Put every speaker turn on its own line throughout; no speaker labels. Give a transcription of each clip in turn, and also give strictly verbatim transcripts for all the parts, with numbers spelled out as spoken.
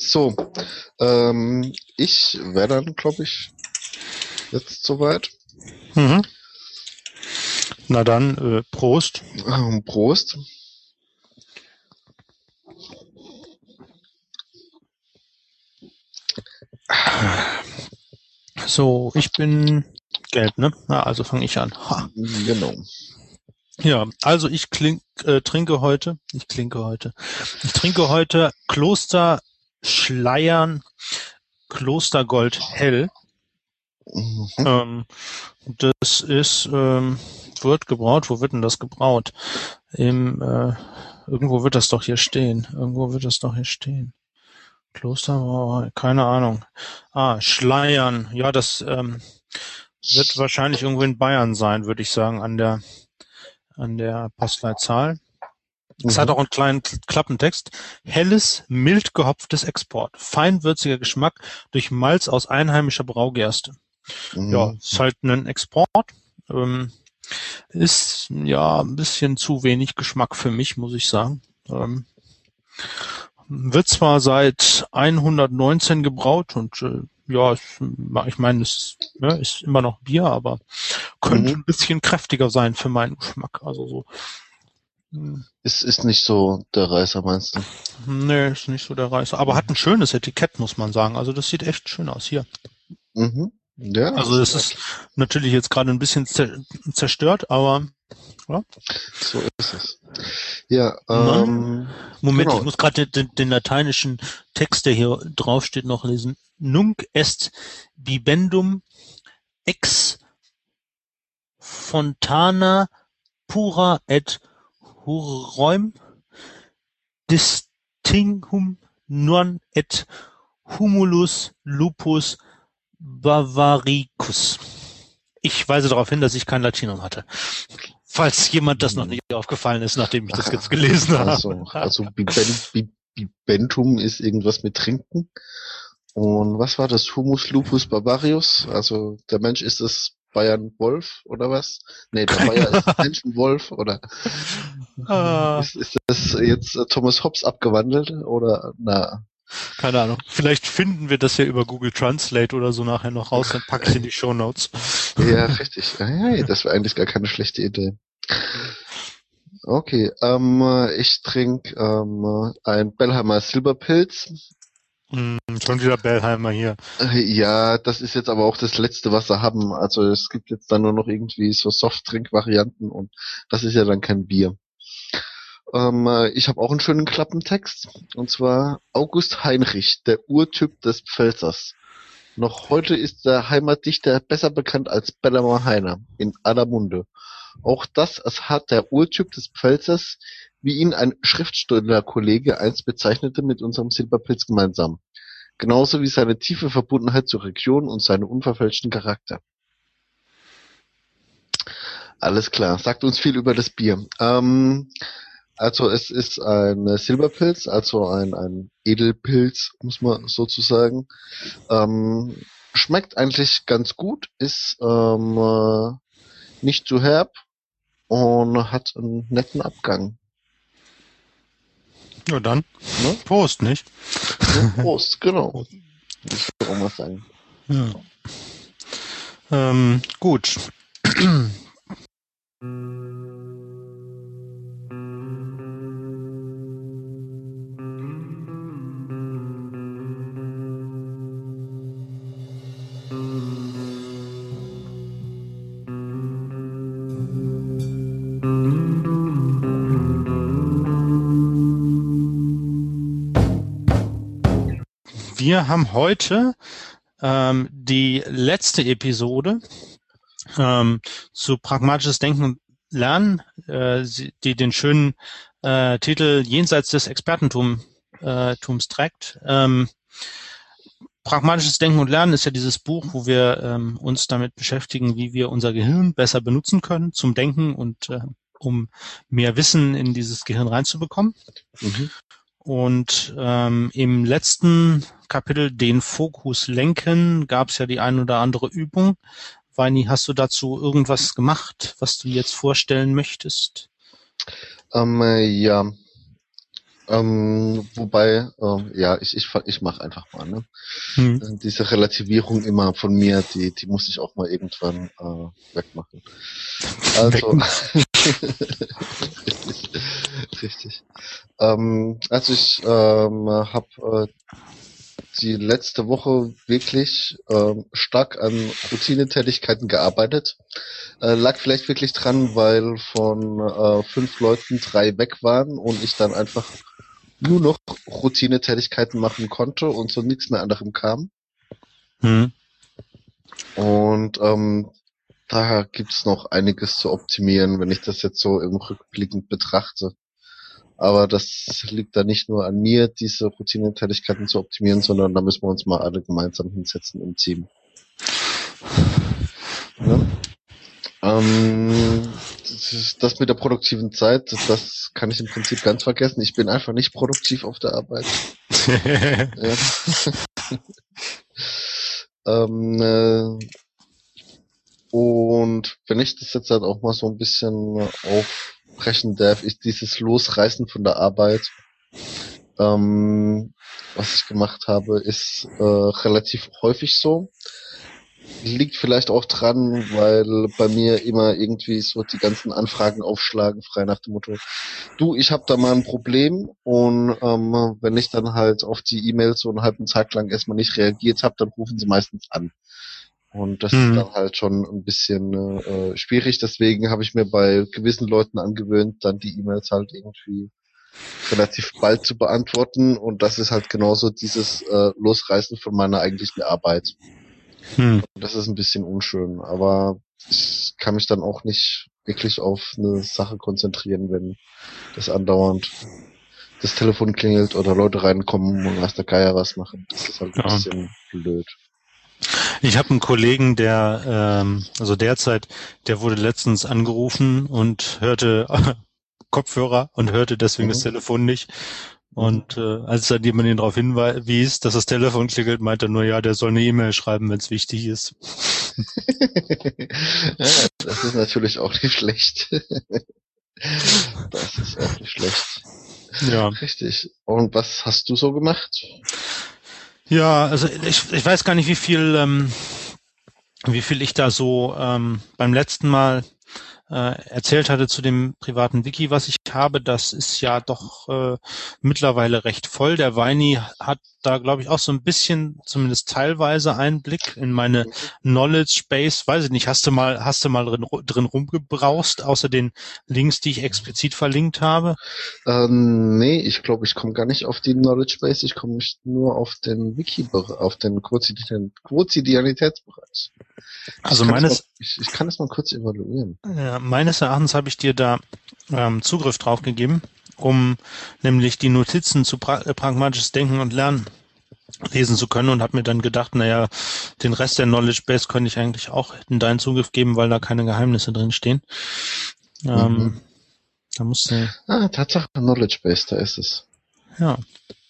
So, ähm, ich wäre dann, glaube ich, jetzt soweit.
Mhm. Na dann, äh, Prost.
Ähm, Prost.
So, ich bin gelb, ne? Na, also fange ich an. Ha.
Genau.
Ja, also ich klink, äh, trinke heute, ich klinke heute, ich trinke heute Kloster Schleiern Klostergold Hell.
Mhm.
Ähm, das ist, ähm, wird gebraut, wo wird denn das gebraut? Im, äh, irgendwo wird das doch hier stehen, irgendwo wird das doch hier stehen. Kloster, keine Ahnung. Ah, Schleiern, ja, das, ähm, wird wahrscheinlich irgendwo in Bayern sein, würde ich sagen, an der, an der Postleitzahl. Es hat
Mhm.
auch einen kleinen Klappentext. Helles, mild gehopftes Export. Feinwürziger Geschmack durch Malz aus einheimischer Braugerste. Ja,
Mhm.
ist halt ein Export. Ähm, ist ja ein bisschen zu wenig Geschmack für mich, muss ich sagen. Ähm, wird zwar seit hundertneunzehn gebraut und äh, ja, es, ich meine, es ne, ist immer noch Bier, aber könnte
Mhm.
ein bisschen kräftiger sein für meinen Geschmack. Also so. Hm,
Ist, ist nicht so der Reißer, meinst du?
nee, ist nicht so der Reißer. Aber hat ein schönes Etikett, muss man sagen. Also das sieht echt schön aus hier.
Mhm. Ja,
Also
das
es ist natürlich jetzt gerade ein bisschen zer- zerstört, aber ja.
so ist es. Ja,
Nein.
ähm,
Moment, ich
genau.
muss gerade den, den lateinischen Text, der hier drauf steht, noch lesen. Nunc est bibendum ex fontana pura et huroim distinguum non et humulus lupus bavaricus. Ich weise darauf hin, dass ich kein Latinum hatte. Falls jemand das noch
Mhm.
nicht aufgefallen ist, nachdem ich das jetzt gelesen
Also,
habe.
also Biben, Bi- Bibentum ist irgendwas mit Trinken. Und was war das? Humus lupus barbarius? Also der Mensch ist das Bayern Wolf oder was? Nee, der Bayer ist das Menschenwolf oder
Ah,
ist, ist das jetzt äh, Thomas Hobbes abgewandelt oder na?
keine Ahnung. Vielleicht finden wir das ja über Google Translate oder so nachher noch raus, dann packe ich in die Shownotes.
Ja, richtig. Hey, das wäre eigentlich gar keine schlechte Idee. Okay, ähm, äh, ich trinke ähm, ein Bellheimer Silberpilz.
Hm, schon wieder Bellheimer hier.
Äh, Ja, das ist jetzt aber auch das Letzte, was sie haben. Also es gibt jetzt dann nur noch irgendwie so Softdrink-Varianten und das ist ja dann kein Bier. Ähm, äh, ich habe auch einen schönen Klappentext und zwar August Heinrich, der Urtyp des Pfälzers. Noch heute ist der Heimatdichter besser bekannt als Bellamar Heiner in aller Munde. Auch das es hat der Urtyp des Pfälzers, wie ihn ein Schriftstellerkollege einst bezeichnete, mit unserem Silberpilz gemeinsam. Genauso wie seine tiefe Verbundenheit zur Region und seinen unverfälschten Charakter. Alles klar, sagt uns viel über das Bier. Ähm, also es ist ein Silberpilz, also ein, ein Edelpilz, muss man sozusagen. Ähm, schmeckt eigentlich ganz gut, ist ähm, äh, nicht zu herb und hat einen netten Abgang.
Ja, dann.
Ne?
Prost, nicht?
Ja, Prost, genau.
Prost.
Muss ich auch mal sagen.
Ja. Ähm, gut. Wir haben heute ähm, die letzte Episode ähm, zu pragmatisches Denken und Lernen, äh, die den schönen äh, Titel Jenseits des Expertentums äh, Tums trägt. Ähm, Pragmatisches Denken und Lernen ist ja dieses Buch, wo wir ähm, uns damit beschäftigen, wie wir unser Gehirn besser benutzen können zum Denken und äh, um mehr Wissen in dieses Gehirn reinzubekommen.
Mhm.
Und ähm, im letzten Kapitel, den Fokus lenken, gab es ja die ein oder andere Übung. Weini, hast du dazu irgendwas gemacht, was du jetzt vorstellen möchtest?
Ähm, äh, ja, Ähm, wobei, ähm, ja, ich, ich, ich mach einfach mal, ne?
Hm.
Diese Relativierung immer von mir, die, die muss ich auch mal irgendwann äh, wegmachen. Also, richtig, richtig. Ähm, also ich ähm, habe äh, die letzte Woche wirklich ähm, stark an Routinetätigkeiten gearbeitet. Äh, lag vielleicht wirklich dran, weil von äh, fünf Leuten drei weg waren und ich dann einfach nur noch Routinetätigkeiten machen konnte und so nichts mehr anderem kam.
Hm.
Und ähm, daher gibt's noch einiges zu optimieren, wenn ich das jetzt so im Rückblickend betrachte. Aber das liegt da nicht nur an mir, diese Routinetätigkeiten zu optimieren, sondern da müssen wir uns mal alle gemeinsam hinsetzen im Team. Ne? Ähm, das, ist, das mit der produktiven Zeit, das kann ich im Prinzip ganz vergessen. Ich bin einfach nicht produktiv auf der Arbeit. Ja. ähm, äh, und wenn ich das jetzt halt auch mal so ein bisschen aufbrechen darf, ist dieses Losreißen von der Arbeit, ähm, was ich gemacht habe, ist äh, relativ häufig so. Liegt vielleicht auch dran, weil bei mir immer irgendwie so die ganzen Anfragen aufschlagen, frei nach dem Motto, du, ich habe da mal ein Problem und ähm, wenn ich dann halt auf die E-Mails so einen halben Tag lang erstmal nicht reagiert habe, dann rufen sie meistens an. Und das ist
Hm.
dann halt schon ein bisschen äh, schwierig. Deswegen habe ich mir bei gewissen Leuten angewöhnt, dann die E-Mails halt irgendwie relativ bald zu beantworten. Und das ist halt genauso dieses äh, Losreißen von meiner eigentlichen Arbeit.
Hm.
Das ist ein bisschen unschön, aber ich kann mich dann auch nicht wirklich auf eine Sache konzentrieren, wenn das andauernd das Telefon klingelt oder Leute reinkommen und weiß der Geier was machen. Das ist halt ein
Ja.
bisschen blöd.
Ich habe einen Kollegen, der, ähm, also derzeit, der wurde letztens angerufen und hörte äh, Kopfhörer und hörte deswegen das
Mhm.
Telefon nicht.
Mhm.
Und äh, als dann jemand ihn darauf hinwies, dass das Telefon klingelt, meinte er nur, ja, der soll eine E-Mail schreiben, wenn es wichtig ist.
Ja, das ist natürlich auch nicht schlecht. Das ist auch nicht schlecht.
Ja.
Richtig. Und was hast du so gemacht?
Ja, also ich, ich weiß gar nicht, wie viel, ähm, wie viel ich da so ähm, beim letzten Mal äh, erzählt hatte zu dem privaten Wiki, was ich habe. Das ist ja doch äh, mittlerweile recht voll. Der Weini hat da, glaube ich, auch so ein bisschen, zumindest teilweise, Einblick in meine Knowledge Base. Weiß ich nicht, hast du mal, hast du mal drin, drin rumgebraust, außer den Links, die ich explizit verlinkt habe?
Ähm, nee, ich glaube, ich komme gar nicht auf die Knowledge Base, ich komme nicht nur auf den Wiki, auf den Quotidian Quotidianitätsbereich.
Also
Ich kann, das mal,
meines,
ich, ich kann das mal kurz evaluieren.
äh, meines Erachtens habe ich dir da ähm, Zugriff drauf gegeben, um nämlich die Notizen zu pra äh, pragmatisches Denken und Lernen lesen zu können und habe mir dann gedacht, naja, den Rest der Knowledge Base könnte ich eigentlich auch in deinen Zugriff geben, weil da keine Geheimnisse drin stehen. Ähm,
Mhm.
da musste,
Ah, Tatsache, Knowledge Base, da ist es.
ja.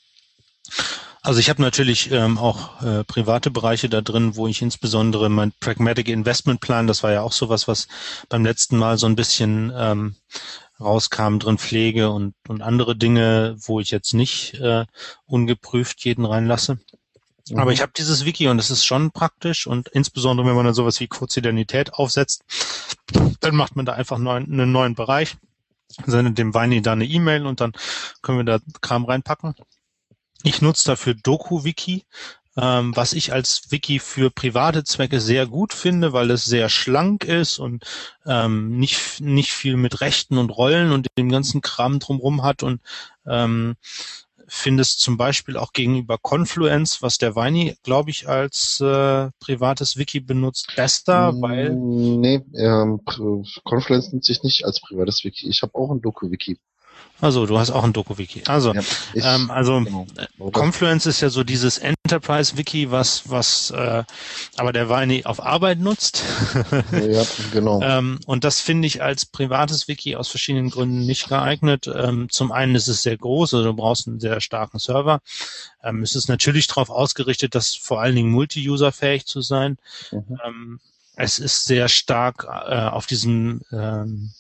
Also ich habe natürlich ähm, auch äh, private Bereiche da drin, wo ich insbesondere mein Pragmatic Investment Plan, das war ja auch sowas, was beim letzten Mal so ein bisschen ähm, rauskam, drin pflege und, und andere Dinge, wo ich jetzt nicht äh, ungeprüft jeden reinlasse. Aber ich
Mhm.
habe dieses Wiki und es ist schon praktisch und insbesondere, wenn man dann sowas wie Quotidianität aufsetzt, dann macht man da einfach neuen, einen neuen Bereich, sendet dem Weini da eine E-Mail und dann können wir da Kram reinpacken. Ich nutze dafür DokuWiki, ähm, was ich als Wiki für private Zwecke sehr gut finde, weil es sehr schlank ist und ähm, nicht nicht viel mit Rechten und Rollen und dem ganzen Kram drumherum hat und ähm, finde es zum Beispiel auch gegenüber Confluence, was der Weini, glaube ich, als äh, privates Wiki benutzt, besser, weil
Mm, nee, ähm, Confluence nimmt sich nicht als privates Wiki. Ich habe auch ein Doku-Wiki.
Also, du hast auch ein Doku-Wiki. Also,
Ja,
ähm,
ich,
also
genau. Oder?
Confluence ist ja so dieses Enterprise-Wiki, was, was, äh, aber der Weini auf Arbeit nutzt.
Ja, genau.
ähm, und das finde ich als privates Wiki aus verschiedenen Gründen nicht geeignet. Ähm, zum einen ist es sehr groß, also du brauchst einen sehr starken Server. Ähm, es ist natürlich darauf ausgerichtet, dass vor allen Dingen multi-user-fähig zu sein.
Mhm.
Ähm, es ist sehr stark äh, auf diesem ähm,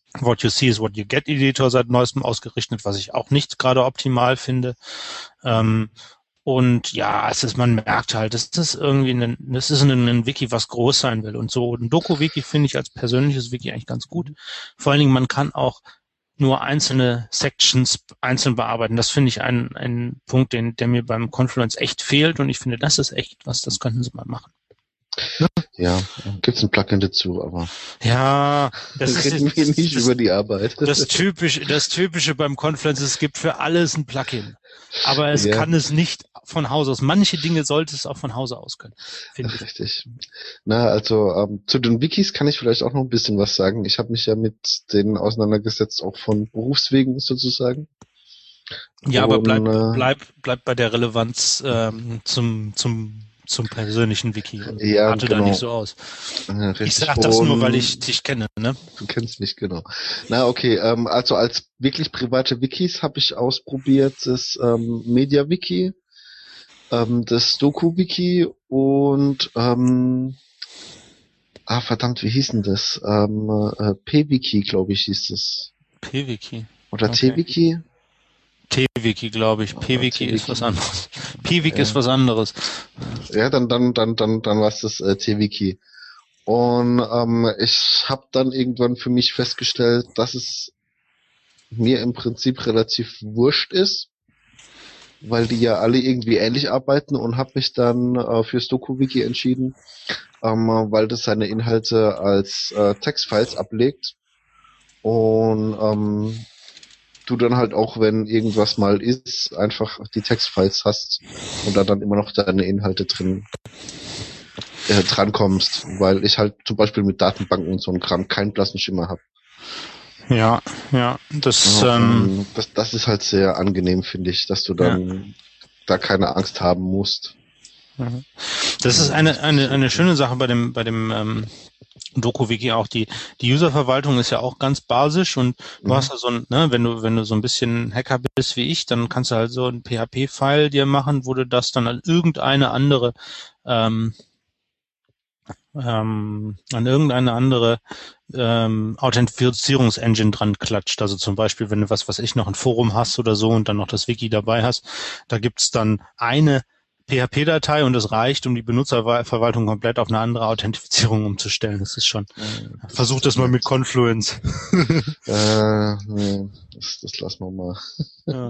What You See is What You Get Editor seit neuestem ausgerichtet, was ich auch nicht gerade optimal finde. Ähm, und ja, es ist, man merkt halt, das ist irgendwie ein, das ist ein, ein Wiki, was groß sein will. Und so ein Doku-Wiki finde ich als persönliches Wiki eigentlich ganz gut. Vor allen Dingen, man kann auch nur einzelne Sections einzeln bearbeiten. Das finde ich ein, ein Punkt, den, der mir beim Confluence echt fehlt. Und ich finde, das ist echt was, das könnten sie mal machen.
Ja, gibt's ein Plugin dazu, aber
ja, das ist
reden wir nicht
das,
über die Arbeit.
Das typische, das typische beim Confluence, es gibt für alles ein Plugin, aber es
Ja.
kann es nicht von Haus aus. Manche Dinge sollte es auch von Hause aus können, finde ich.
Richtig. Na, also ähm, zu den Wikis kann ich vielleicht auch noch ein bisschen was sagen. Ich habe mich ja mit denen auseinandergesetzt, auch von Berufswegen sozusagen.
Ja, aber bleib,
Und, äh,
bleib, bleib bei der Relevanz ähm, zum zum zum persönlichen Wiki und
Ja,
warte
genau.
da nicht so aus.
Äh,
Ich
richtig.
sag das nur,
Und
weil ich dich kenne, ne?
Du kennst mich, genau. Na, okay, ähm, also als wirklich private Wikis habe ich ausprobiert das ähm, Media-Wiki, ähm, das Doku-Wiki und ähm, ah, verdammt, wie hieß denn das? Ähm, äh, P-Wiki, glaube ich, hieß das.
P-Wiki.
Oder
Okay.
T-Wiki?
T-Wiki, glaube ich.
Oder
P-Wiki ist
T-Wiki.
was anderes. P-Wiki
Ja.
ist was anderes.
Ja, dann, dann, dann, dann, dann war es das äh, T-Wiki. Und ähm, ich habe dann irgendwann für mich festgestellt, dass es mir im Prinzip relativ wurscht ist, weil die ja alle irgendwie ähnlich arbeiten, und habe mich dann äh, fürs Doku-Wiki entschieden, ähm, weil das seine Inhalte als äh, Textfiles ablegt und ähm, du dann halt auch, wenn irgendwas mal ist, einfach die Textfiles hast und da dann immer noch deine Inhalte drin äh, drankommst, weil ich halt zum Beispiel mit Datenbanken und so einem Kram keinen blassen Schimmer habe.
Ja, ja, das,
Ja,
ähm,
das, das ist halt sehr angenehm, finde ich, dass du dann ja. da keine Angst haben musst.
Das ist eine, eine, eine schöne Sache bei dem, bei dem, ähm, Doku-Wiki auch. Die, die Userverwaltung ist ja auch ganz basisch, und du
Mhm.
hast ja so ein, ne, wenn du, wenn du so ein bisschen Hacker bist wie ich, dann kannst du halt so ein P H P-File dir machen, wo du das dann an irgendeine andere, ähm, ähm, an irgendeine andere ähm, Authentifizierungsengine dran klatscht. Also zum Beispiel, wenn du was, was ich noch ein Forum hast oder so und dann noch das Wiki dabei hast, da gibt's dann eine P H P-Datei und es reicht, um die Benutzerverwaltung komplett auf eine andere Authentifizierung umzustellen. Das ist schon.
Ja,
Versuch das mal mit Confluence.
äh, nee, das, das lassen wir mal.
Ja.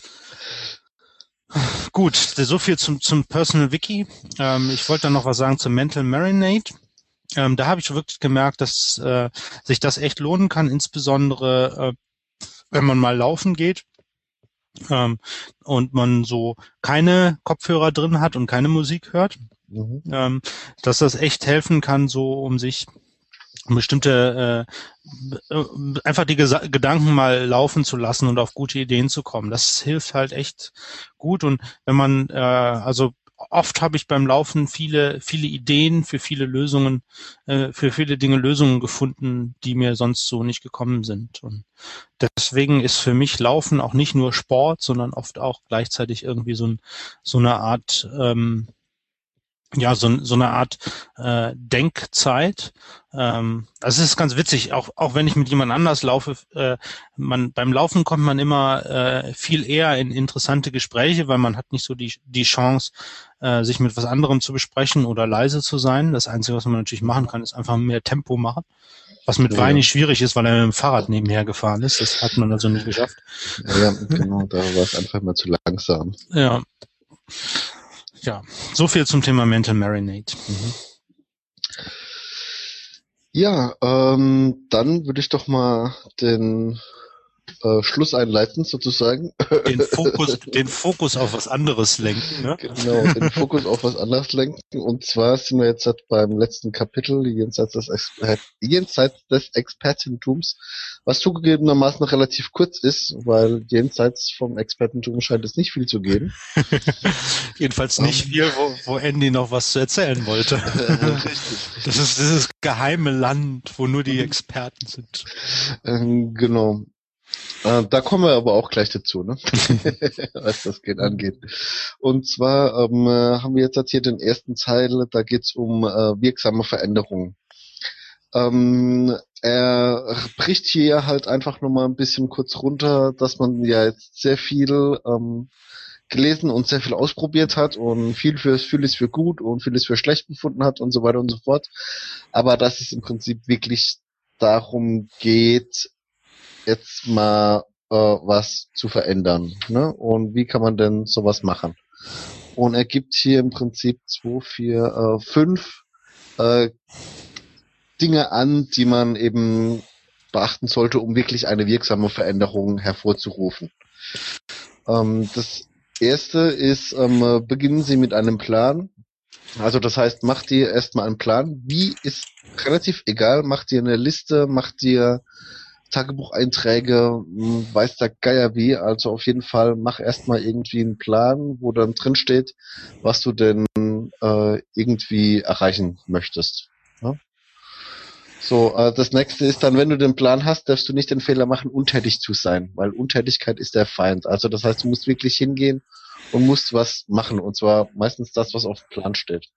Gut, so viel zum, zum Personal Wiki. Ähm, ich wollte dann noch was sagen zum Mental Marinade. Ähm, da habe ich wirklich gemerkt, dass äh, sich das echt lohnen kann, insbesondere äh, wenn man mal laufen geht ähm, und man so keine Kopfhörer drin hat und keine Musik hört,
Mhm.
ähm, dass das echt helfen kann, so um sich bestimmte äh, einfach die Gesa- Gedanken mal laufen zu lassen und auf gute Ideen zu kommen. Das hilft halt echt gut. Und wenn man äh, also oft habe ich beim Laufen viele viele Ideen für viele Lösungen, äh, für viele Dinge Lösungen gefunden, die mir sonst so nicht gekommen sind. Und deswegen ist für mich Laufen auch nicht nur Sport, sondern oft auch gleichzeitig irgendwie so, ein, so eine Art ähm, ja, so, so eine Art äh, Denkzeit. Ähm, also es ist ganz witzig, auch, auch wenn ich mit jemand anders laufe, äh, man, beim Laufen kommt man immer äh, viel eher in interessante Gespräche, weil man hat nicht so die, die Chance, äh, sich mit was anderem zu besprechen oder leise zu sein. Das Einzige, was man natürlich machen kann, ist einfach mehr Tempo machen. Was mit
Ja.
Weini schwierig ist, weil er mit dem Fahrrad nebenher gefahren ist. Das hat man also nicht geschafft.
Ja, genau, da war es einfach mal zu langsam.
Ja. Ja, so viel zum Thema Mental Marinade.
Mhm. Ja, ähm, dann würde ich doch mal den äh, Schluss einleiten, sozusagen.
Den Fokus, den Fokus auf was anderes lenken, ne?
Genau, den Fokus auf was anderes lenken. Und zwar sind wir jetzt halt beim letzten Kapitel, jenseits des, Exper jenseits des Expertentums, was zugegebenermaßen noch relativ kurz ist, weil jenseits vom Expertentum scheint es nicht viel zu geben.
Jedenfalls nicht
um,
viel, wo, wo Andy noch was zu erzählen wollte.
richtig, richtig.
Das ist dieses geheime Land, wo nur die Experten sind.
Ähm, genau. Äh, da kommen wir aber auch gleich dazu, ne? Was das geht, angeht. Und zwar ähm, haben wir jetzt hier den ersten Teil, da geht's um äh, wirksame Veränderungen. Ähm, er bricht hier halt einfach nochmal ein bisschen kurz runter, dass man ja jetzt sehr viel ähm, gelesen und sehr viel ausprobiert hat und viel für vieles für gut und vieles für schlecht befunden hat und so weiter und so fort. Aber dass es im Prinzip wirklich darum geht, jetzt mal äh, was zu verändern. Ne? Und wie kann man denn sowas machen? Und er gibt hier im Prinzip zwei, vier, äh, fünf äh, Dinge an, die man eben beachten sollte, um wirklich eine wirksame Veränderung hervorzurufen. Ähm, das erste ist, ähm, beginnen Sie mit einem Plan. Also das heißt, mach dir erstmal einen Plan. Wie ist relativ egal, mach dir eine Liste, mach dir Tagebucheinträge, mh, weiß der Geier wie. Also auf jeden Fall mach erstmal irgendwie einen Plan, wo dann drin steht, was du denn äh, irgendwie erreichen möchtest. Ja? So, äh, das nächste ist dann, wenn du den Plan hast, darfst du nicht den Fehler machen, untätig zu sein, weil Untätigkeit ist der Feind. Also das heißt, du musst wirklich hingehen und musst was machen, und zwar meistens das, was auf dem Plan steht.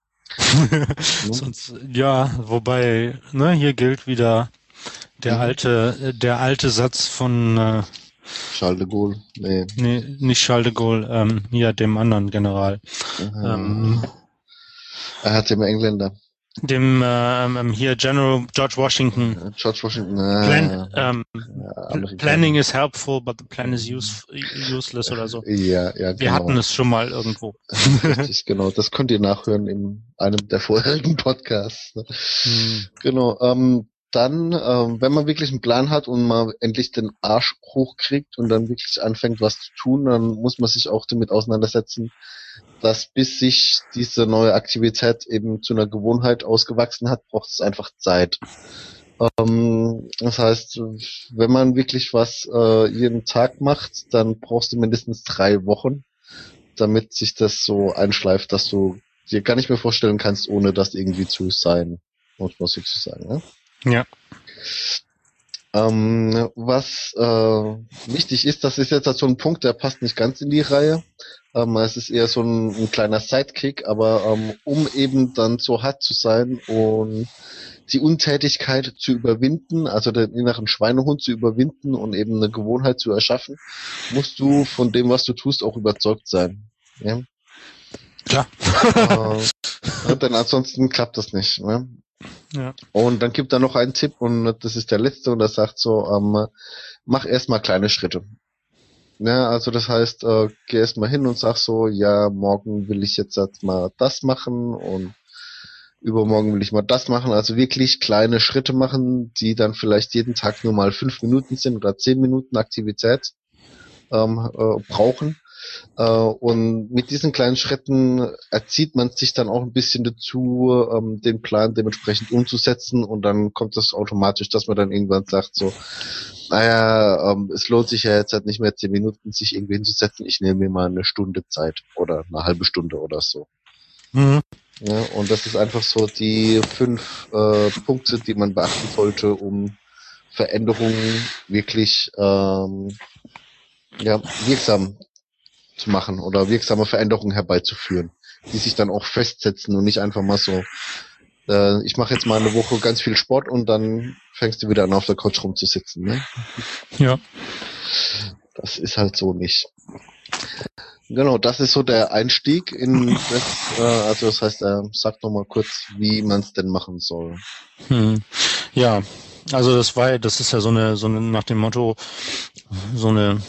Sonst, ja, wobei, ne, hier gilt wieder der
Mhm.
alte, der alte Satz von, äh,
Charles de Gaulle, nee.
nee, nicht Charles de Gaulle, ähm, hier dem anderen General,
Aha.
ähm,
Er hat dem Engländer.
dem ähm, hier General George Washington.
George Washington.
Plan,
Ah,
ähm,
ja,
Planning is helpful, but the plan is use, useless oder so.
Ja, ja,
Wir
genau.
hatten es schon mal irgendwo.
Richtig, genau. Das könnt ihr nachhören in einem der vorherigen Podcasts. Ne?
Hm.
Genau. Ähm, dann, ähm, wenn man wirklich einen Plan hat und man endlich den Arsch hochkriegt und dann wirklich anfängt, was zu tun, dann muss man sich auch damit auseinandersetzen, dass bis sich diese neue Aktivität eben zu einer Gewohnheit ausgewachsen hat, braucht es einfach Zeit. Ähm, das heißt, wenn man wirklich was äh, jeden Tag macht, dann brauchst du mindestens drei Wochen, damit sich das so einschleift, dass du dir gar nicht mehr vorstellen kannst, ohne das irgendwie zu sein, muss man sozusagen. Ne?
Ja.
Ähm, was äh, wichtig ist, das ist jetzt halt so ein Punkt, der passt nicht ganz in die Reihe. Ähm, es ist eher so ein, ein kleiner Sidekick, aber ähm, um eben dann so hart zu sein und die Untätigkeit zu überwinden, also den inneren Schweinehund zu überwinden und eben eine Gewohnheit zu erschaffen, musst du von dem, was du tust, auch überzeugt sein. Ja?
Klar.
äh, denn ansonsten klappt das nicht. Ne?
Ja.
Und dann gibt er noch einen Tipp, und das ist der letzte, und das sagt so, ähm, mach erstmal kleine Schritte. Ja, also das heißt, äh, geh erstmal hin und sag so, ja, morgen will ich jetzt, jetzt mal das machen und übermorgen will ich mal das machen. Also wirklich kleine Schritte machen, die dann vielleicht jeden Tag nur mal fünf Minuten sind oder zehn Minuten Aktivität ähm, äh, brauchen. Äh, und mit diesen kleinen Schritten erzieht man sich dann auch ein bisschen dazu, ähm, den Plan dementsprechend umzusetzen, und dann kommt das automatisch, dass man dann irgendwann sagt so, naja, ähm, es lohnt sich ja jetzt halt nicht mehr zehn Minuten sich irgendwie hinzusetzen, ich nehme mir mal eine Stunde Zeit oder eine halbe Stunde oder so.
Mhm.
Ja, und das ist einfach so die fünf äh, Punkte, die man beachten sollte, um Veränderungen wirklich ähm, ja, wirksam zu machen oder wirksame Veränderungen herbeizuführen, die sich dann auch festsetzen und nicht einfach mal so, äh, ich mache jetzt mal eine Woche ganz viel Sport und dann fängst du wieder an, auf der Couch rumzusitzen. Ne?
Ja.
Das ist halt so nicht. Genau, das ist so der Einstieg in das, äh, also das heißt, äh, sag noch mal kurz, wie man es denn machen soll.
Hm. Ja, also das war, das ist ja so eine, so eine nach dem Motto, so eine,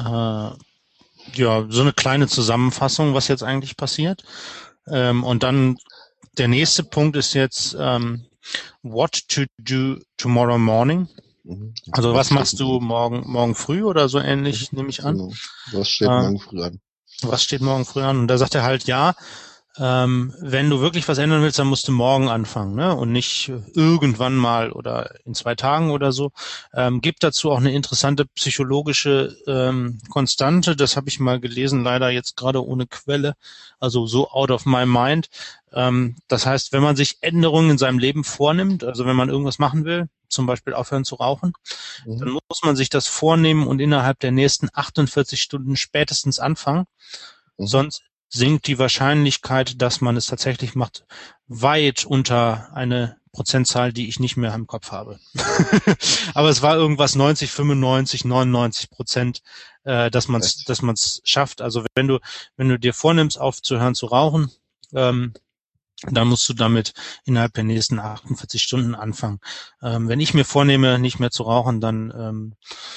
äh, ja, so eine kleine Zusammenfassung, was jetzt eigentlich passiert. Ähm, und dann der nächste Punkt ist jetzt ähm, what to do tomorrow morning.
Mhm.
Also was machst du morgen, morgen früh oder so ähnlich, nehme ich an.
Genau. Was steht
Äh,
morgen früh an?
Was steht morgen früh an? Und da sagt er halt, ja, ähm, wenn du wirklich was ändern willst, dann musst du morgen anfangen, ne? Und nicht irgendwann mal oder in zwei Tagen oder so. Ähm, gibt dazu auch eine interessante psychologische ähm, Konstante. Das habe ich mal gelesen, leider jetzt gerade ohne Quelle, also so out of my mind. Ähm, das heißt, wenn man sich Änderungen in seinem Leben vornimmt, also wenn man irgendwas machen will, zum Beispiel aufhören zu rauchen,
Mhm.
dann muss man sich das vornehmen und innerhalb der nächsten achtundvierzig Stunden spätestens anfangen.
Mhm.
Sonst sinkt die Wahrscheinlichkeit, dass man es tatsächlich macht, weit unter eine Prozentzahl, die ich nicht mehr im Kopf habe. Aber es war irgendwas neunzig, fünfundneunzig, neunundneunzig Prozent, äh, dass man es, dass man es schafft. Also wenn du, wenn du dir vornimmst, aufzuhören zu rauchen, ähm, dann musst du damit innerhalb der nächsten achtundvierzig Stunden anfangen. Ähm, wenn ich mir vornehme, nicht mehr zu rauchen, dann ähm,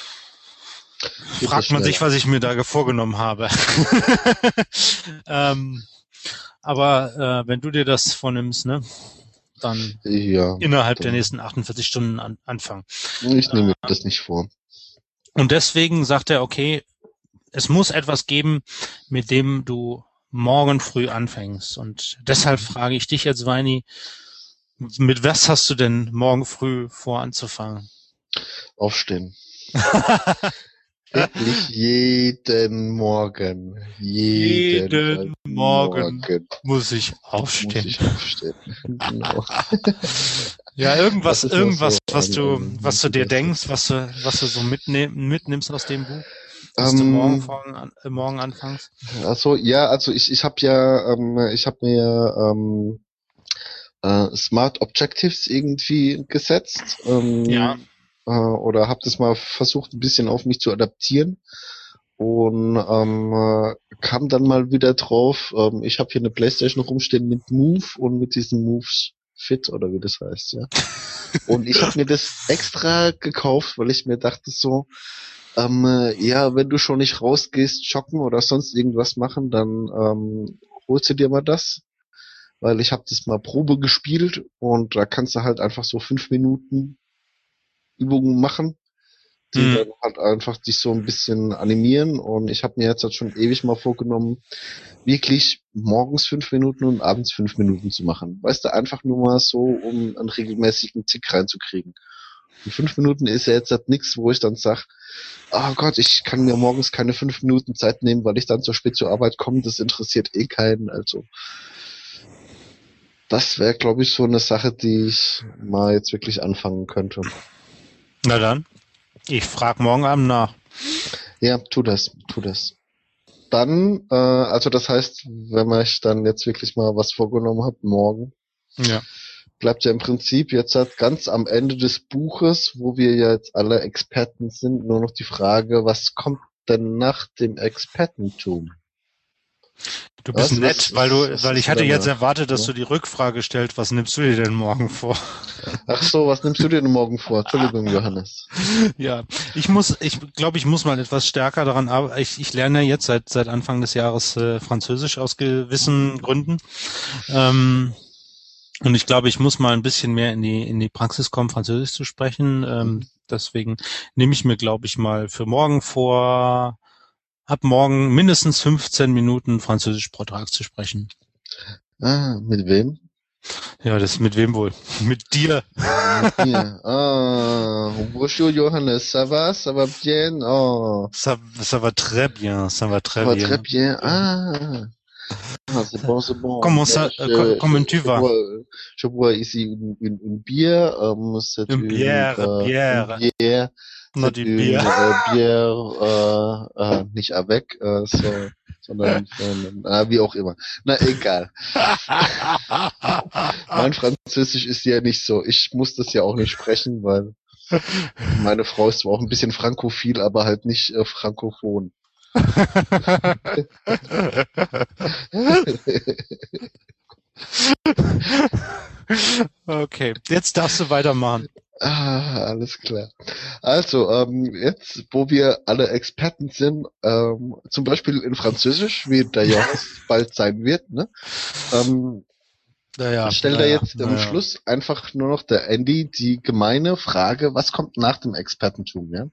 fragt man sich, was ich mir da vorgenommen habe. ähm, aber äh, wenn du dir das vornimmst, ne, dann
ja,
innerhalb
dann
der nächsten achtundvierzig Stunden an, anfangen.
Ich nehme mir
äh,
das nicht vor.
Und deswegen sagt er, okay, es muss etwas geben, mit dem du morgen früh anfängst. Und deshalb frage ich dich jetzt, Weini, mit was hast du denn morgen früh vor anzufangen?
Aufstehen. Wirklich jeden Morgen. Jeden,
jeden Morgen,
Morgen
muss ich aufstehen.
muss ich aufstehen. Genau.
Ja, irgendwas,
Das ist
irgendwas,
so
was
ein-
du,
ein
was du dir
guter
denkst,
Tipp.
was du, was du so mitnehm, mitnimmst aus dem Buch, was
Ähm,
du morgen, morgen, an, äh, morgen anfängst.
Also ja, also ich ich habe ja ähm, ich habe mir ähm, äh, Smart Objectives irgendwie gesetzt ähm,
Ja.
äh, oder habe das mal versucht ein bisschen auf mich zu adaptieren und ähm, äh, kam dann mal wieder drauf. Ähm, ich habe hier eine PlayStation rumstehen mit Move und mit diesen Moves Fit oder wie das heißt, ja. Und ich habe mir das extra gekauft, weil ich mir dachte so, ähm, äh, ja, wenn du schon nicht rausgehst, joggen oder sonst irgendwas machen, dann ähm, holst du dir mal das, weil ich habe das mal Probe gespielt und da kannst du halt einfach so fünf Minuten Übungen machen, die
Hm.
dann halt einfach dich so ein bisschen animieren und ich habe mir jetzt halt schon ewig mal vorgenommen, wirklich morgens fünf Minuten und abends fünf Minuten zu machen. Weißt du, einfach nur mal so, um einen regelmäßigen Tick reinzukriegen. Und fünf Minuten ist ja jetzt halt nichts, wo ich dann sag, oh Gott, ich kann mir morgens keine fünf Minuten Zeit nehmen, weil ich dann so spät zur Arbeit komme, das interessiert eh keinen, also das wäre, glaube ich, so eine Sache, die ich mal jetzt wirklich anfangen könnte.
Na dann, ich frage morgen Abend nach.
Ja, tu das, tu das. Dann, äh, also das heißt, wenn ich dann jetzt wirklich mal was vorgenommen habe, morgen,
Ja.
bleibt ja im Prinzip jetzt halt ganz am Ende des Buches, wo wir ja jetzt alle Experten sind, nur noch die Frage, was kommt denn nach dem Expertentum?
Du bist
Was,
nett,
was,
weil du,
was
weil
ist
ich
denn
hatte jetzt
danach?
erwartet, dass
Ja?
du die Rückfrage stellst, was nimmst du dir denn morgen vor?
Ach so, was nimmst du dir denn morgen vor? Entschuldigung, Johannes.
Ja, ich muss, ich glaube, ich muss mal etwas stärker daran arbeiten. Ich, ich lerne ja jetzt seit seit Anfang des Jahres äh, Französisch aus gewissen Gründen. Ähm, und ich glaube, ich muss mal ein bisschen mehr in die in die Praxis kommen, Französisch zu sprechen. Ähm, deswegen nehme ich mir, glaube ich, mal für morgen vor, ab morgen mindestens fünfzehn Minuten Französisch pro Tag zu sprechen.
Ah, mit wem?
Ja, das mit wem wohl? Mit dir.
Mit mir. Ah, bonjour Johannes, ça va, ça va bien? Oh,
Ça, ça va très bien, ça va
ça
très
va
bien.
très bien. Ah, ah c'est bon, c'est bon.
Comment
Moi,
ça, euh, co-
je, je,
comment tu
je
vas?
bois, je bois ici une, une, une bière. Euh, c'est
Une
une,
bière,
euh, une
bière,
bière.
not
C'est
die
une
Bier.
äh, Bière, äh, äh, nicht avec, äh, so, sondern von, äh, wie auch immer. Na, egal. Mein Französisch ist ja nicht so. Ich muss das ja auch nicht sprechen, weil meine Frau ist zwar auch ein bisschen frankophil, aber halt nicht äh, frankophon.
Okay, jetzt darfst du weitermachen.
Ah, alles klar. Also, ähm, jetzt, wo wir alle Experten sind, ähm, zum Beispiel in Französisch, wie der Johannes bald sein wird, ne? Ähm,
Naja,
stellt er
naja,
jetzt am
naja.
Schluss einfach nur noch der Andy die gemeine Frage, was kommt nach dem Expertentum, ja?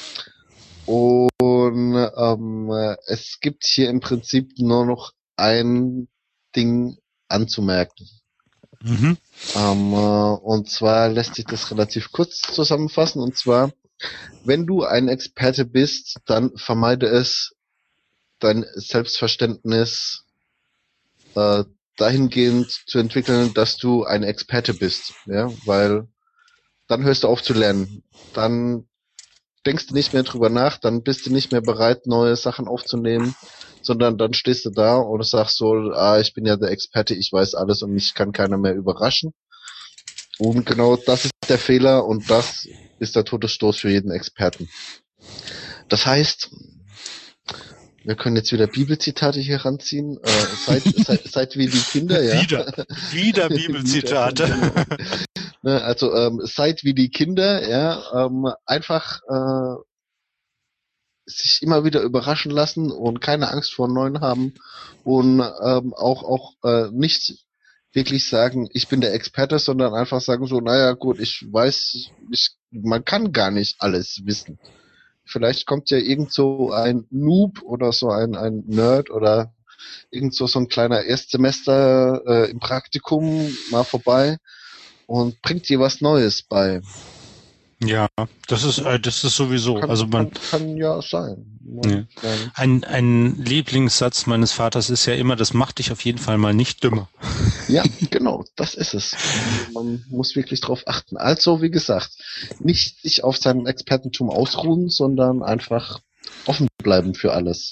Und ähm, äh, es gibt hier im Prinzip nur noch ein Ding anzumerken.
Mhm.
Ähm, äh, und zwar lässt sich das relativ kurz zusammenfassen. Und zwar, wenn du ein Experte bist, dann vermeide es, dein Selbstverständnis äh, dahingehend zu entwickeln, dass du ein Experte bist. Ja, weil dann hörst du auf zu lernen. Dann denkst du nicht mehr drüber nach, dann bist du nicht mehr bereit, neue Sachen aufzunehmen, sondern dann stehst du da und sagst so, ah, ich bin ja der Experte, ich weiß alles und mich kann keiner mehr überraschen. Und genau das ist der Fehler und das ist der Todesstoß für jeden Experten. Das heißt, wir können jetzt wieder Bibelzitate hier ranziehen. Äh, seid, seid, seid wie die Kinder, ja.
Wieder, wieder Bibelzitate.
Wieder, ne, also ähm, seid wie die Kinder, ja. Ähm, einfach äh, sich immer wieder überraschen lassen und keine Angst vor Neuen haben und ähm, auch auch äh, nicht wirklich sagen, ich bin der Experte, sondern einfach sagen so, naja gut, ich weiß, ich, man kann gar nicht alles wissen. Vielleicht kommt ja irgend so ein Noob oder so ein, ein Nerd oder irgend so, so ein kleiner Erstsemester äh, im Praktikum mal vorbei und bringt dir was Neues bei.
Ja, das ist, äh, das ist sowieso.
Kann,
Also man,
kann, kann ja sein.
ja.
Man, man,
Ein, ein Lieblingssatz meines Vaters ist ja immer, das macht dich auf jeden Fall mal nicht dümmer.
Ja, genau, das ist es. Man muss wirklich drauf achten. Also, wie gesagt, nicht sich auf seinem Expertentum ausruhen, sondern einfach offen bleiben für alles.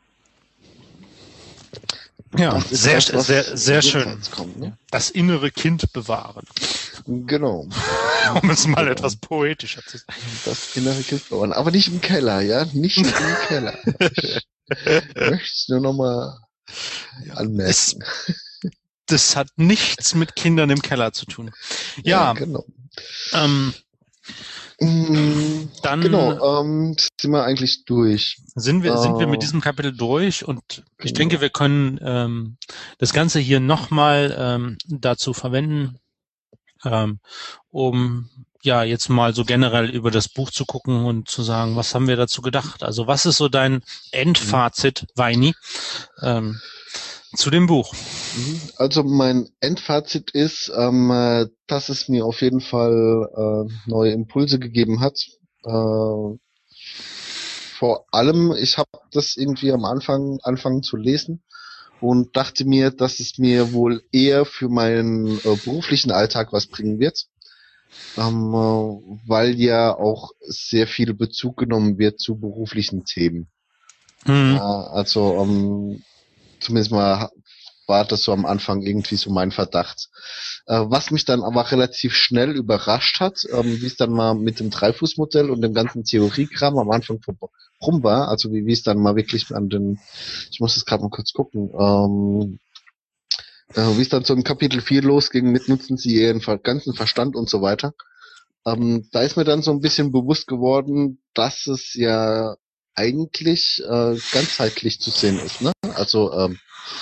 Ja,
Das ist
sehr,
das, was
sehr, sehr schön.
jenseits kommt, ne?
Das innere Kind bewahren.
Genau.
Um es mal
Genau.
etwas poetischer zu sagen.
Das innere Kind bewahren. Aber nicht im Keller, ja? Nicht im Keller. Ich möchte es nur nochmal anmerken.
Es, das hat nichts mit Kindern im Keller zu tun. Ja,
Ja, genau.
ähm,
Mm,
dann
Genau, ähm, sind wir eigentlich durch.
sind wir, sind wir mit
Äh,
diesem Kapitel durch und ich
genau.
denke, wir können ähm, das Ganze hier nochmal ähm, dazu verwenden, ähm, um ja jetzt mal so generell über das Buch zu gucken und zu sagen, was haben wir dazu gedacht? Also was ist so dein Endfazit, Weini, ähm, zu dem Buch?
Mhm. Also mein Endfazit ist, ähm, äh, dass es mir auf jeden Fall äh, neue Impulse gegeben hat. Äh, vor allem, ich habe das irgendwie am Anfang anfangen zu lesen und dachte mir, dass es mir wohl eher für meinen äh, beruflichen Alltag was bringen wird, ähm, äh, weil ja auch sehr viel Bezug genommen wird zu beruflichen Themen.
Mhm.
Ja, also ähm, zumindest mal war das so am Anfang irgendwie so mein Verdacht. Äh, was mich dann aber relativ schnell überrascht hat, ähm, wie es dann mal mit dem Dreifußmodell und dem ganzen Theoriekram am Anfang rum war, also wie, wie es dann mal wirklich an den, ich muss es gerade mal kurz gucken, ähm, äh, wie es dann so im Kapitel vier losging, mit nutzen Sie Ihren ver- ganzen Verstand und so weiter. Ähm, da ist mir dann so ein bisschen bewusst geworden, dass es ja eigentlich äh, ganzheitlich zu sehen ist, ne? Also ähm,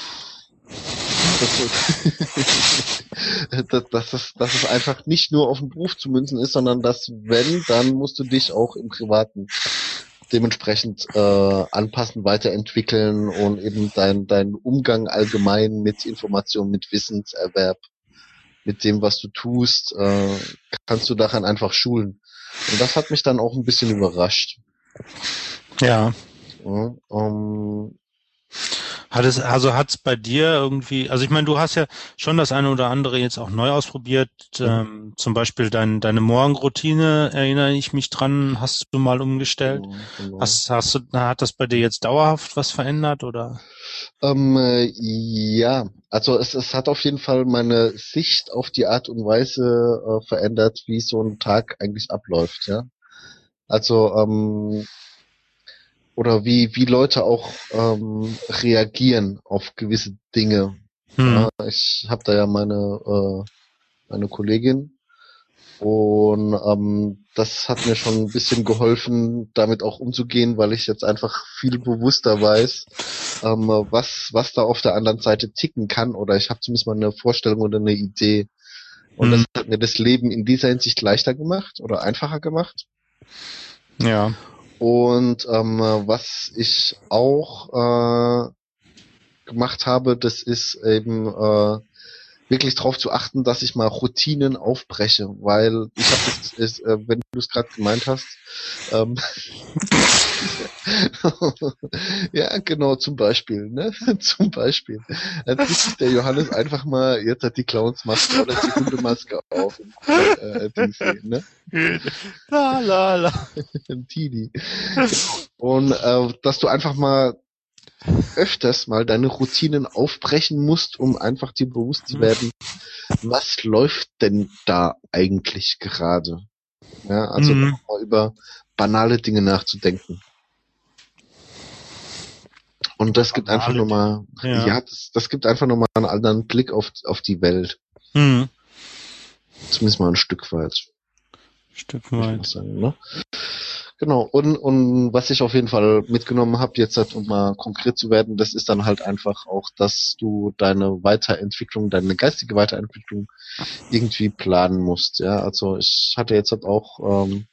dass, dass, es, dass es einfach nicht nur auf den Beruf zu münzen ist, sondern dass, wenn, dann musst du dich auch im Privaten dementsprechend äh, anpassen, weiterentwickeln und eben dein, dein Umgang allgemein mit Informationen, mit Wissenserwerb, mit dem, was du tust, äh, kannst du daran einfach schulen. Und das hat mich dann auch ein bisschen überrascht.
Ja.
Ja, ähm,
Hat es, also hat's bei dir irgendwie, also ich meine, du hast ja schon das eine oder andere jetzt auch neu ausprobiert, ähm, zum Beispiel dein, deine Morgenroutine, erinnere ich mich dran, hast du mal umgestellt?
genau, genau.
Hast, hast du, hat das bei dir jetzt dauerhaft was verändert oder?
Ähm, äh, ja, also es, es hat auf jeden Fall meine Sicht auf die Art und Weise äh, verändert, wie so ein Tag eigentlich abläuft, ja. Also ähm, oder wie wie Leute auch ähm, reagieren auf gewisse Dinge.
Hm.
Ja, ich habe da ja meine äh, meine Kollegin und ähm, das hat mir schon ein bisschen geholfen, damit auch umzugehen, weil ich jetzt einfach viel bewusster weiß, ähm, was was da auf der anderen Seite ticken kann, oder ich habe zumindest mal eine Vorstellung oder eine Idee. Und
Hm.
das hat mir das Leben in dieser Hinsicht leichter gemacht oder einfacher gemacht.
Ja.
Und ähm, was ich auch äh, gemacht habe, das ist eben äh, wirklich darauf zu achten, dass ich mal Routinen aufbreche, weil ich habe das, ist, äh, wenn du es gerade gemeint hast, ähm, ja genau, zum Beispiel, ne, zum Beispiel, dann zieht sich der Johannes einfach mal, jetzt hat die Clownsmaske oder die Hundemaske auf, äh, D C, ne,
La, la, la.
Tini. Und äh, dass du einfach mal öfters mal deine Routinen aufbrechen musst, um einfach dir bewusst zu werden, was läuft denn da eigentlich gerade? Ja, also
Mhm.
auch mal über banale Dinge nachzudenken. Und das gibt einfach
Banale Dinge.
nochmal,
Ja.
ja, das, das gibt einfach nochmal einen anderen Blick auf, auf die Welt.
Mhm.
Zumindest mal ein Stück weit,
Stück
würde ich mal
weit.
sagen, ne? Genau, und, und was ich auf jeden Fall mitgenommen habe, jetzt halt, um mal konkret zu werden, das ist dann halt einfach auch, dass du deine Weiterentwicklung, deine geistige Weiterentwicklung irgendwie planen musst. Ja, also ich hatte jetzt halt auch, ähm,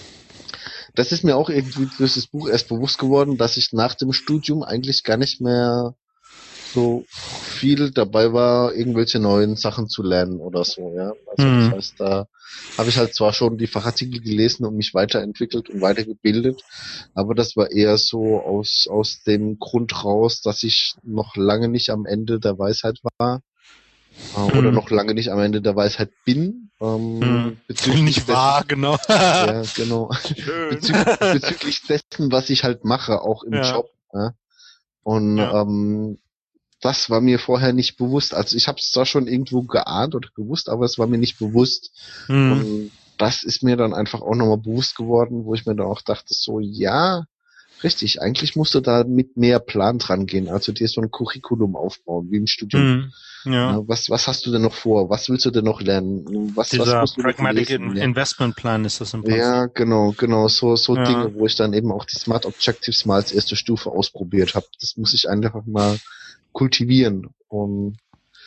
das ist mir auch irgendwie durch das Buch erst bewusst geworden, dass ich nach dem Studium eigentlich gar nicht mehr so viel dabei war, irgendwelche neuen Sachen zu lernen oder so, ja. Also das
Mhm.
heißt, da habe ich halt zwar schon die Fachartikel gelesen und mich weiterentwickelt und weitergebildet, aber das war eher so aus, aus dem Grund raus, dass ich noch lange nicht am Ende der Weisheit war, äh, oder
Mhm.
noch lange nicht am Ende der Weisheit bin,
Mhm.
ähm, bezüglich
Nicht wahr,
dessen,
genau.
ja, genau,
Schön.
bezü bezüglich dessen, was ich halt mache, auch im
Ja.
Job, ja. Und
Ja.
ähm, das war mir vorher nicht bewusst. Also ich habe es zwar schon irgendwo geahnt oder gewusst, aber es war mir nicht bewusst.
Mhm.
Und das ist mir dann einfach auch nochmal bewusst geworden, wo ich mir dann auch dachte, so, ja, richtig, eigentlich musst du da mit mehr Plan dran gehen. Also dir so ein Curriculum aufbauen, wie im Studium.
Mhm. Ja.
Ja, was, was hast du denn noch vor? Was willst du denn noch lernen? Was, was
Dieser
musst du noch
Pragmatic
lesen?
In-
Ja,
Investment Plan ist das im Prinzip.
ja, genau, genau. So, so
Ja.
Dinge, wo ich dann eben auch die Smart Objectives mal als erste Stufe ausprobiert habe. Das muss ich einfach mal kultivieren. Und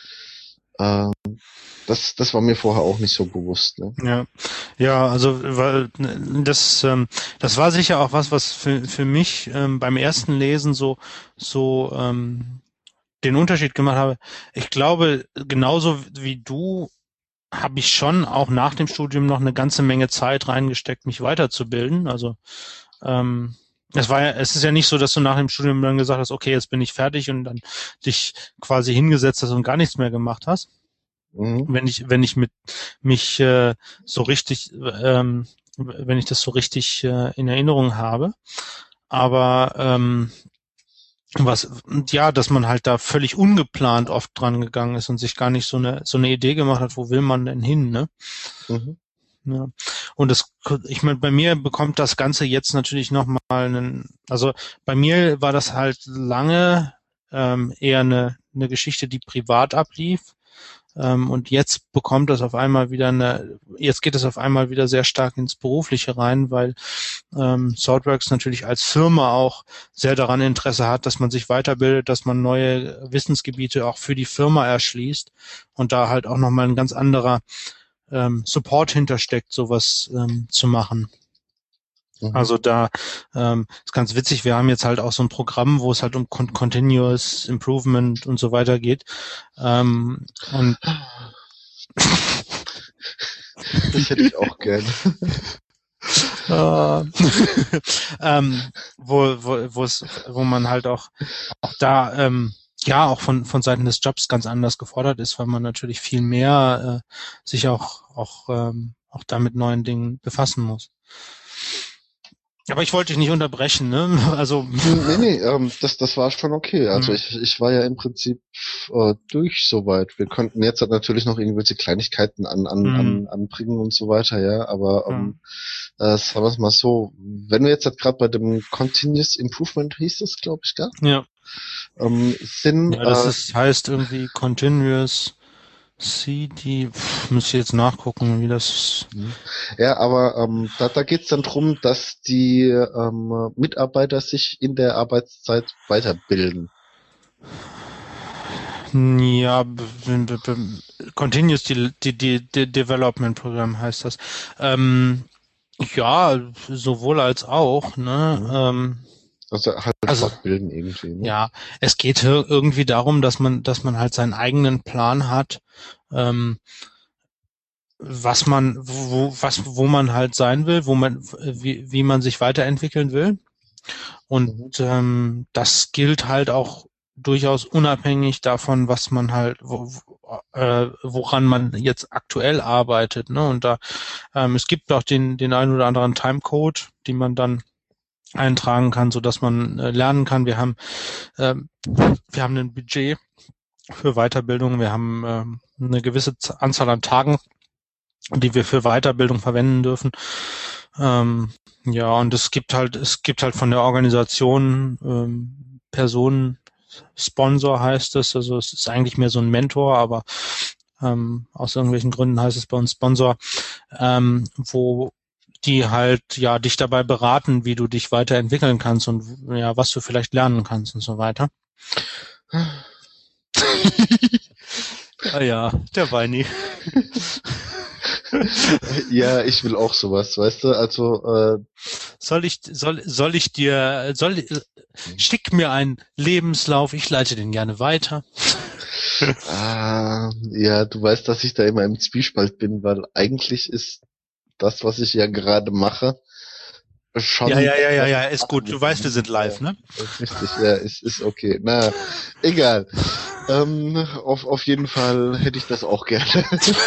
äh, das, das war mir vorher auch nicht so bewusst. Ne?
Ja, ja, also weil das ähm, das war sicher auch was, was für für mich ähm, beim ersten Lesen so so ähm, den Unterschied gemacht habe. Ich glaube, genauso wie du habe ich schon auch nach dem Studium noch eine ganze Menge Zeit reingesteckt, mich weiterzubilden. Also ähm, es war ja, es ist ja nicht so, dass du nach dem Studium dann gesagt hast, okay, jetzt bin ich fertig und dann dich quasi hingesetzt hast und gar nichts mehr gemacht hast.
Mhm.
Wenn ich, wenn ich mit mich äh, so richtig, ähm, wenn ich das so richtig äh, in Erinnerung habe. Aber ähm, was, ja, dass man halt da völlig ungeplant oft dran gegangen ist und sich gar nicht so eine so eine Idee gemacht hat, wo will man denn hin, ne?
Mhm.
Ja. Und das, ich meine, bei mir bekommt das Ganze jetzt natürlich nochmal einen, also bei mir war das halt lange ähm, eher eine, eine Geschichte, die privat ablief. Ähm, und jetzt bekommt das auf einmal wieder eine, jetzt geht es auf einmal wieder sehr stark ins Berufliche rein, weil ähm, Thoughtworks natürlich als Firma auch sehr daran Interesse hat, dass man sich weiterbildet, dass man neue Wissensgebiete auch für die Firma erschließt und da halt auch nochmal ein ganz anderer ähm, Support hintersteckt, sowas ähm, zu machen.
Mhm.
Also da ähm, ist ganz witzig, wir haben jetzt halt auch so ein Programm, wo es halt um Con Continuous Improvement und so weiter geht. Ähm, und
Das hätte ich auch gern.
äh, ähm, wo, wo, wo es, wo man halt auch, auch da ähm, ja auch von von Seiten des Jobs ganz anders gefordert ist, weil man natürlich viel mehr äh, sich auch auch ähm, auch da mit neuen Dingen befassen muss. Aber ich wollte dich nicht unterbrechen, ne? Also
Nee, nee, ähm, das, das war schon okay. Also
hm,
ich, ich war ja im Prinzip äh, durch soweit. Wir könnten jetzt halt natürlich noch irgendwelche Kleinigkeiten an, an,
hm,
an, anbringen und so weiter, ja. Aber
ja,
ähm, äh, sagen wir es mal so, wenn wir jetzt halt gerade bei dem Continuous Improvement hieß es, glaube ich, gell?
ja,
Ähm, sind
ja, das
äh,
ist heißt irgendwie Continuous C D. Pff, muss ich jetzt nachgucken, wie das.
Mhm. Ja, aber ähm, da, da geht's dann drum, dass die ähm, Mitarbeiter sich in der Arbeitszeit weiterbilden.
Ja, b- b- b- Continuous De De De De Development Program heißt das. Ähm, ja, sowohl als auch, ne?
Mhm.
Ähm,
Also halt
also
fortbilden irgendwie, ne?
ja, es geht ir- irgendwie darum, dass man, dass man halt seinen eigenen Plan hat, ähm, was man, wo, was, wo man halt sein will, wo man, wie, wie man sich weiterentwickeln will. Und
Mhm.
ähm, das gilt halt auch durchaus unabhängig davon, was man halt, wo, wo, äh, woran man jetzt aktuell arbeitet. Ne? Und da ähm, es gibt auch den den einen oder anderen Timecode, die man dann eintragen kann, so dass man äh, lernen kann. Wir haben ähm, wir haben ein Budget für Weiterbildung. Wir haben ähm, eine gewisse Z- Anzahl an Tagen, die wir für Weiterbildung verwenden dürfen. Ähm, ja, und es gibt halt es gibt halt von der Organisation ähm, Personen, Sponsor heißt es, also es ist eigentlich mehr so ein Mentor, aber ähm, aus irgendwelchen Gründen heißt es bei uns Sponsor, ähm, wo die halt ja dich dabei beraten, wie du dich weiterentwickeln kannst und ja, was du vielleicht lernen kannst und so weiter. Ah ja, der Weini.
Ja, ich will auch sowas, weißt du? Also äh,
Soll ich soll soll ich dir soll schick mir einen Lebenslauf, ich leite den gerne weiter.
ah, ja, du weißt, dass ich da immer im Zwiespalt bin, weil eigentlich ist das, was ich ja gerade mache,
Ja,
schon
ja, ja, ja,
was
ja,
ich
ist
machen
gut. Du
will,
weißt, wir
ne?
sind
Ja,
live, ne?
ist richtig, ja, ist, ist okay. Na, egal. Ähm, auf, auf jeden Fall hätte ich das auch gerne.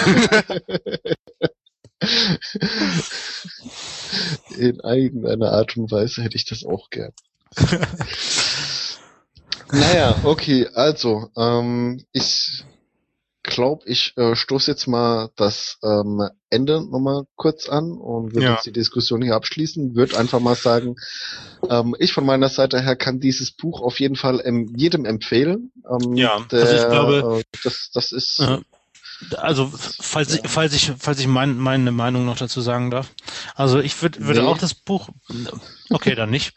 In irgendeiner Art und Weise hätte ich das auch gern. Naja, okay, also, ähm, ich glaube, ich äh, stoße jetzt mal das ähm, Ende nochmal kurz an und würde
Ja,
jetzt die Diskussion hier abschließen. Würde einfach mal sagen, ähm, ich von meiner Seite her kann dieses Buch auf jeden Fall ähm, jedem empfehlen. Ähm,
ja. Also ich glaube,
der, äh, das, das ist,
äh, also
das,
falls ich,
ja,
falls ich, falls ich mein, meine Meinung noch dazu sagen darf. Also ich würde würde auch
nee.
das Buch, okay, dann nicht.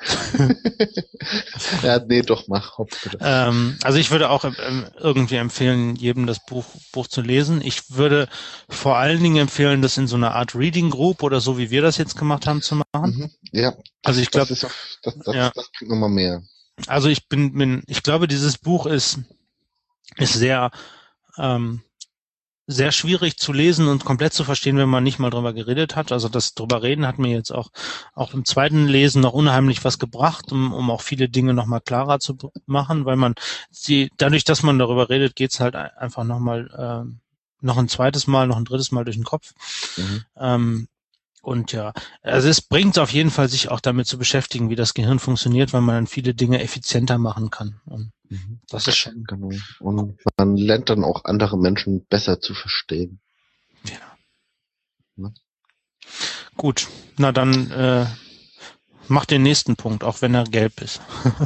Ja, nee, doch, mach, hopp, bitte.
Ähm, also ich würde auch ähm, irgendwie empfehlen, jedem das Buch, Buch zu lesen. Ich würde vor allen Dingen empfehlen, das in so einer Art Reading Group oder so, wie wir das jetzt gemacht haben, zu machen.
Mhm. Ja,
Also
das,
ich
das
glaube,
ist auf, das, das,
ja,
das bringt nochmal mehr.
also ich bin, bin, ich glaube, dieses Buch ist, ist sehr, ähm, sehr schwierig zu lesen und komplett zu verstehen, wenn man nicht mal drüber geredet hat. Also das drüber reden hat mir jetzt auch, auch im zweiten Lesen noch unheimlich was gebracht, um, um auch viele Dinge nochmal klarer zu machen, weil man sie, dadurch, dass man darüber redet, geht's halt einfach nochmal, ähm, noch ein zweites Mal, noch ein drittes Mal durch den Kopf.
Mhm.
Ähm, und ja, also es bringt auf jeden Fall, sich auch damit zu beschäftigen, wie das Gehirn funktioniert, weil man dann viele Dinge effizienter machen kann. Und
Mhm.
das ist schon,
Genau. Und man lernt dann auch andere Menschen besser zu verstehen.
ja.
Ne?
Gut. Na dann, äh, mach den nächsten Punkt, auch wenn er gelb ist.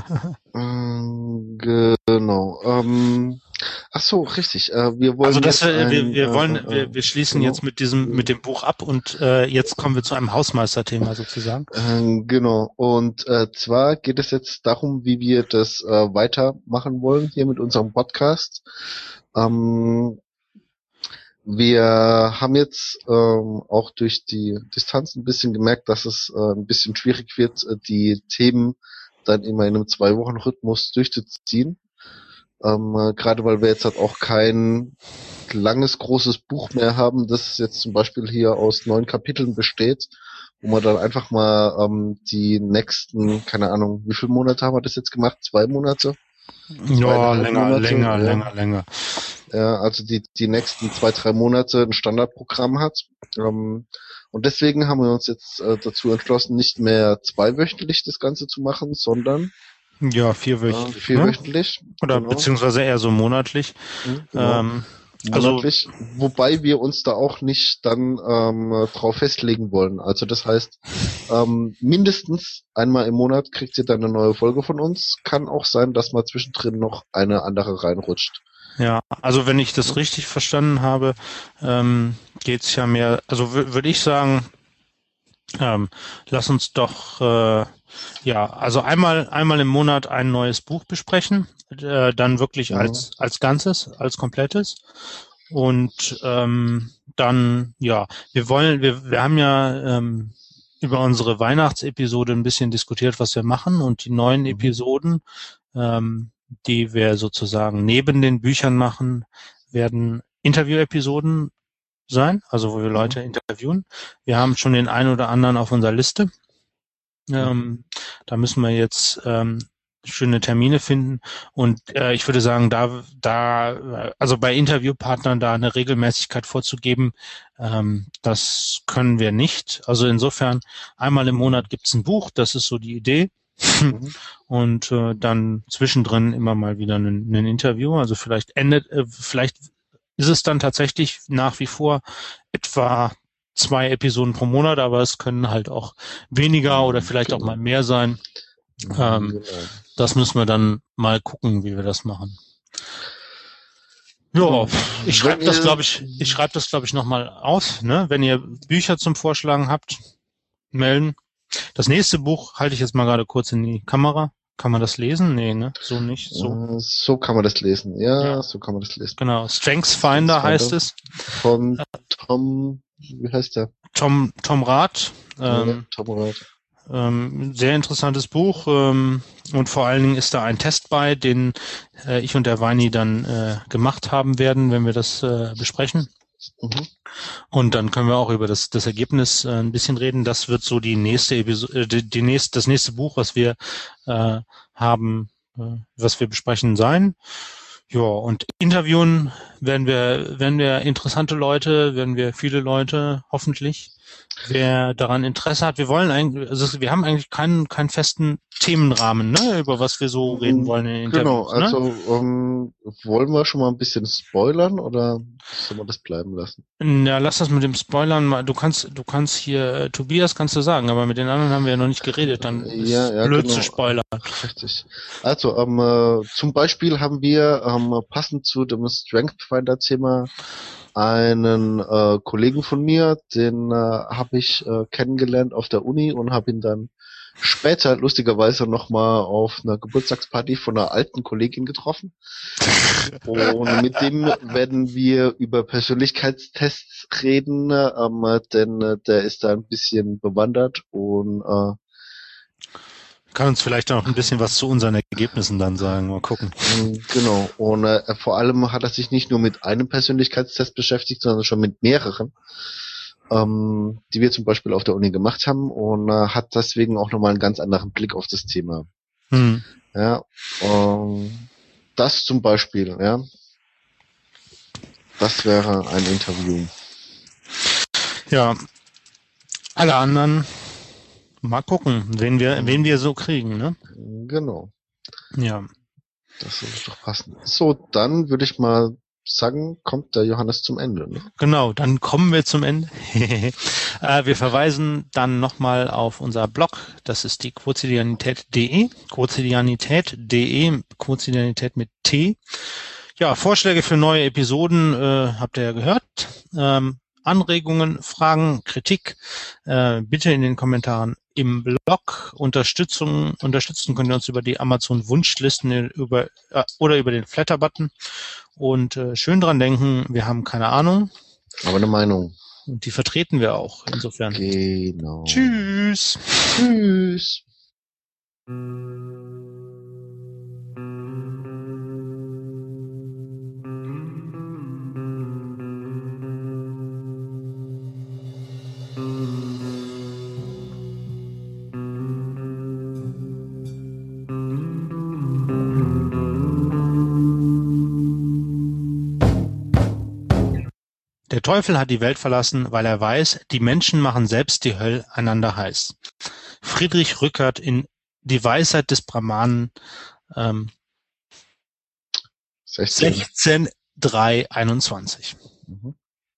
Ähm, genau. Ähm, ach so, richtig. Äh, wir
Also
wollen
das,
jetzt
äh, wir,
ein,
wir
äh,
wollen,
äh,
wir, wir schließen
genau.
jetzt mit diesem, mit dem Buch ab und äh, jetzt kommen wir zu einem Hausmeisterthema sozusagen.
Ähm, genau. Und äh, zwar geht es jetzt darum, wie wir das äh, weitermachen wollen hier mit unserem Podcast. Ähm, Wir haben jetzt ähm, auch durch die Distanz ein bisschen gemerkt, dass es äh, ein bisschen schwierig wird, äh, die Themen dann immer in einem Zwei-Wochen-Rhythmus durchzuziehen. Ähm, äh, gerade weil wir jetzt halt auch kein langes, großes Buch mehr haben, das jetzt zum Beispiel hier aus neun Kapiteln besteht, wo man dann einfach mal ähm, die nächsten, keine Ahnung, wie viele Monate haben wir das jetzt gemacht? Zwei Monate?
Ja,
Zweieinhalb
länger,
Monate?
länger,
Ja.
länger, länger.
Ja, also die, die nächsten zwei, drei Monate ein Standardprogramm hat. Ähm, und deswegen haben wir uns jetzt äh, dazu entschlossen, nicht mehr zweiwöchentlich das Ganze zu machen, sondern
Ja,
äh,
vierwöchentlich, ne?
vierwöchentlich.
Oder
Genau.
beziehungsweise eher so monatlich.
Mhm, genau.
Ähm, also
Monatlich, wobei wir uns da auch nicht dann ähm, drauf festlegen wollen. Also das heißt, ähm, mindestens einmal im Monat kriegt ihr dann eine neue Folge von uns. Kann auch sein, dass mal zwischendrin noch eine andere reinrutscht.
ja, also wenn ich das
Ne?
richtig verstanden habe, ähm, geht's ja mehr, also würde ich sagen, ähm, lass uns doch äh, ja, also einmal einmal im Monat ein neues Buch besprechen, äh, dann wirklich
Mhm.
als als Ganzes, als komplettes und ähm, dann ja, wir wollen, wir wir haben ja ähm, über unsere Weihnachtsepisode ein bisschen diskutiert, was wir machen und die neuen
Mhm.
Episoden, ähm, die wir sozusagen neben den Büchern machen, werden Interview-Episoden sein, also wo wir
Mhm.
Leute interviewen. Wir haben schon den einen oder anderen auf unserer Liste.
Mhm.
Ähm, da müssen wir jetzt ähm, schöne Termine finden. Und äh, ich würde sagen, da, da, also bei Interviewpartnern da eine Regelmäßigkeit vorzugeben, ähm, das können wir nicht. Also insofern, einmal im Monat gibt's ein Buch, das ist so die Idee.
Mhm.
Und äh, dann zwischendrin immer mal wieder ein, ein Interview. Also vielleicht endet, äh, vielleicht ist es dann tatsächlich nach wie vor etwa zwei Episoden pro Monat, aber es können halt auch weniger oder vielleicht
Genau.
auch mal mehr sein. Ähm,
Genau.
das müssen wir dann mal gucken, wie wir das machen. Ja, ich schreibe
Wenn
das,
ihr,
glaube ich, ich schreibe das, glaube ich, nochmal auf. Ne? Wenn ihr Bücher zum Vorschlagen habt, melden. Das nächste Buch halte ich jetzt mal gerade kurz in die Kamera. Kann man das lesen? Nee, ne? So nicht. So.
äh, so kann man das lesen. Ja,
Ja,
so kann man das lesen.
genau. Strengths Finder heißt es.
Von Tom, wie heißt der?
Tom, Tom Rath.
Ja,
Ähm,
Tom Rath.
ähm, sehr interessantes Buch. Ähm, und vor allen Dingen ist da ein Test bei, den äh, ich und der Weini dann äh, gemacht haben werden, wenn wir das äh, besprechen.
Mhm.
Und dann können wir auch über das, das Ergebnis äh, ein bisschen reden. Das wird so die nächste Episode, äh, die, die nächste, das nächste Buch, was wir äh, haben, äh, was wir besprechen sein. Ja, und interviewen werden wir, werden wir interessante Leute, werden wir viele Leute, hoffentlich. Wer daran Interesse hat, wir wollen eigentlich, also wir haben eigentlich keinen, keinen festen Themenrahmen, ne, über was wir so reden wollen in den
Genau,
Interviews, ne?
also ähm, wollen wir schon mal ein bisschen spoilern oder sollen wir das bleiben lassen?
Ja, lass das mit dem Spoilern mal. Du kannst, du kannst hier, äh, Tobias kannst du sagen, aber mit den anderen haben wir ja noch nicht geredet. Dann ist
Ja, ja,
blöd zu
genau.
spoilern.
Richtig. Also, ähm, äh, zum Beispiel haben wir ähm, passend zu dem Strength Finder Thema einen äh, Kollegen von mir, den äh, habe ich äh, kennengelernt auf der Uni und habe ihn dann später lustigerweise nochmal auf einer Geburtstagsparty von einer alten Kollegin getroffen. Und mit dem werden wir über Persönlichkeitstests reden, ähm, denn äh, der ist da ein bisschen bewandert und äh,
Kann uns vielleicht noch ein bisschen was zu unseren Ergebnissen dann sagen. Mal gucken.
genau. Und äh, vor allem hat er sich nicht nur mit einem Persönlichkeitstest beschäftigt, sondern schon mit mehreren, ähm, die wir zum Beispiel auf der Uni gemacht haben und äh, hat deswegen auch nochmal einen ganz anderen Blick auf das Thema.
Hm.
Ja, ähm, das zum Beispiel, ja. Das wäre ein Interview.
Ja, alle anderen mal gucken, wen wir, wen wir so kriegen, ne?
Genau.
Ja.
Das sollte doch passen. So, dann würde ich mal sagen, kommt der Johannes zum Ende. Ne?
Genau, dann kommen wir zum Ende. äh, wir verweisen dann nochmal auf unser Blog. Das ist die quotidianität.de. Quotidianität.de. Quotidianität mit T. Ja, Vorschläge für neue Episoden äh, habt ihr ja gehört. Ähm, Anregungen, Fragen, Kritik, äh, bitte in den Kommentaren im Blog. Unterstützung, unterstützen könnt ihr uns über die Amazon Wunschlisten über, äh, oder über den Flatter-Button. Und äh, schön dran denken, wir haben keine Ahnung.
Aber eine Meinung.
Und die vertreten wir auch, insofern.
Genau.
Tschüss.
Tschüss.
Der Teufel hat die Welt verlassen, weil er weiß, die Menschen machen selbst die Hölle einander heiß. Friedrich Rückert in Die Weisheit des Brahmanen ähm,
sechzehn.
sechzehn drei einundzwanzig.
Mhm.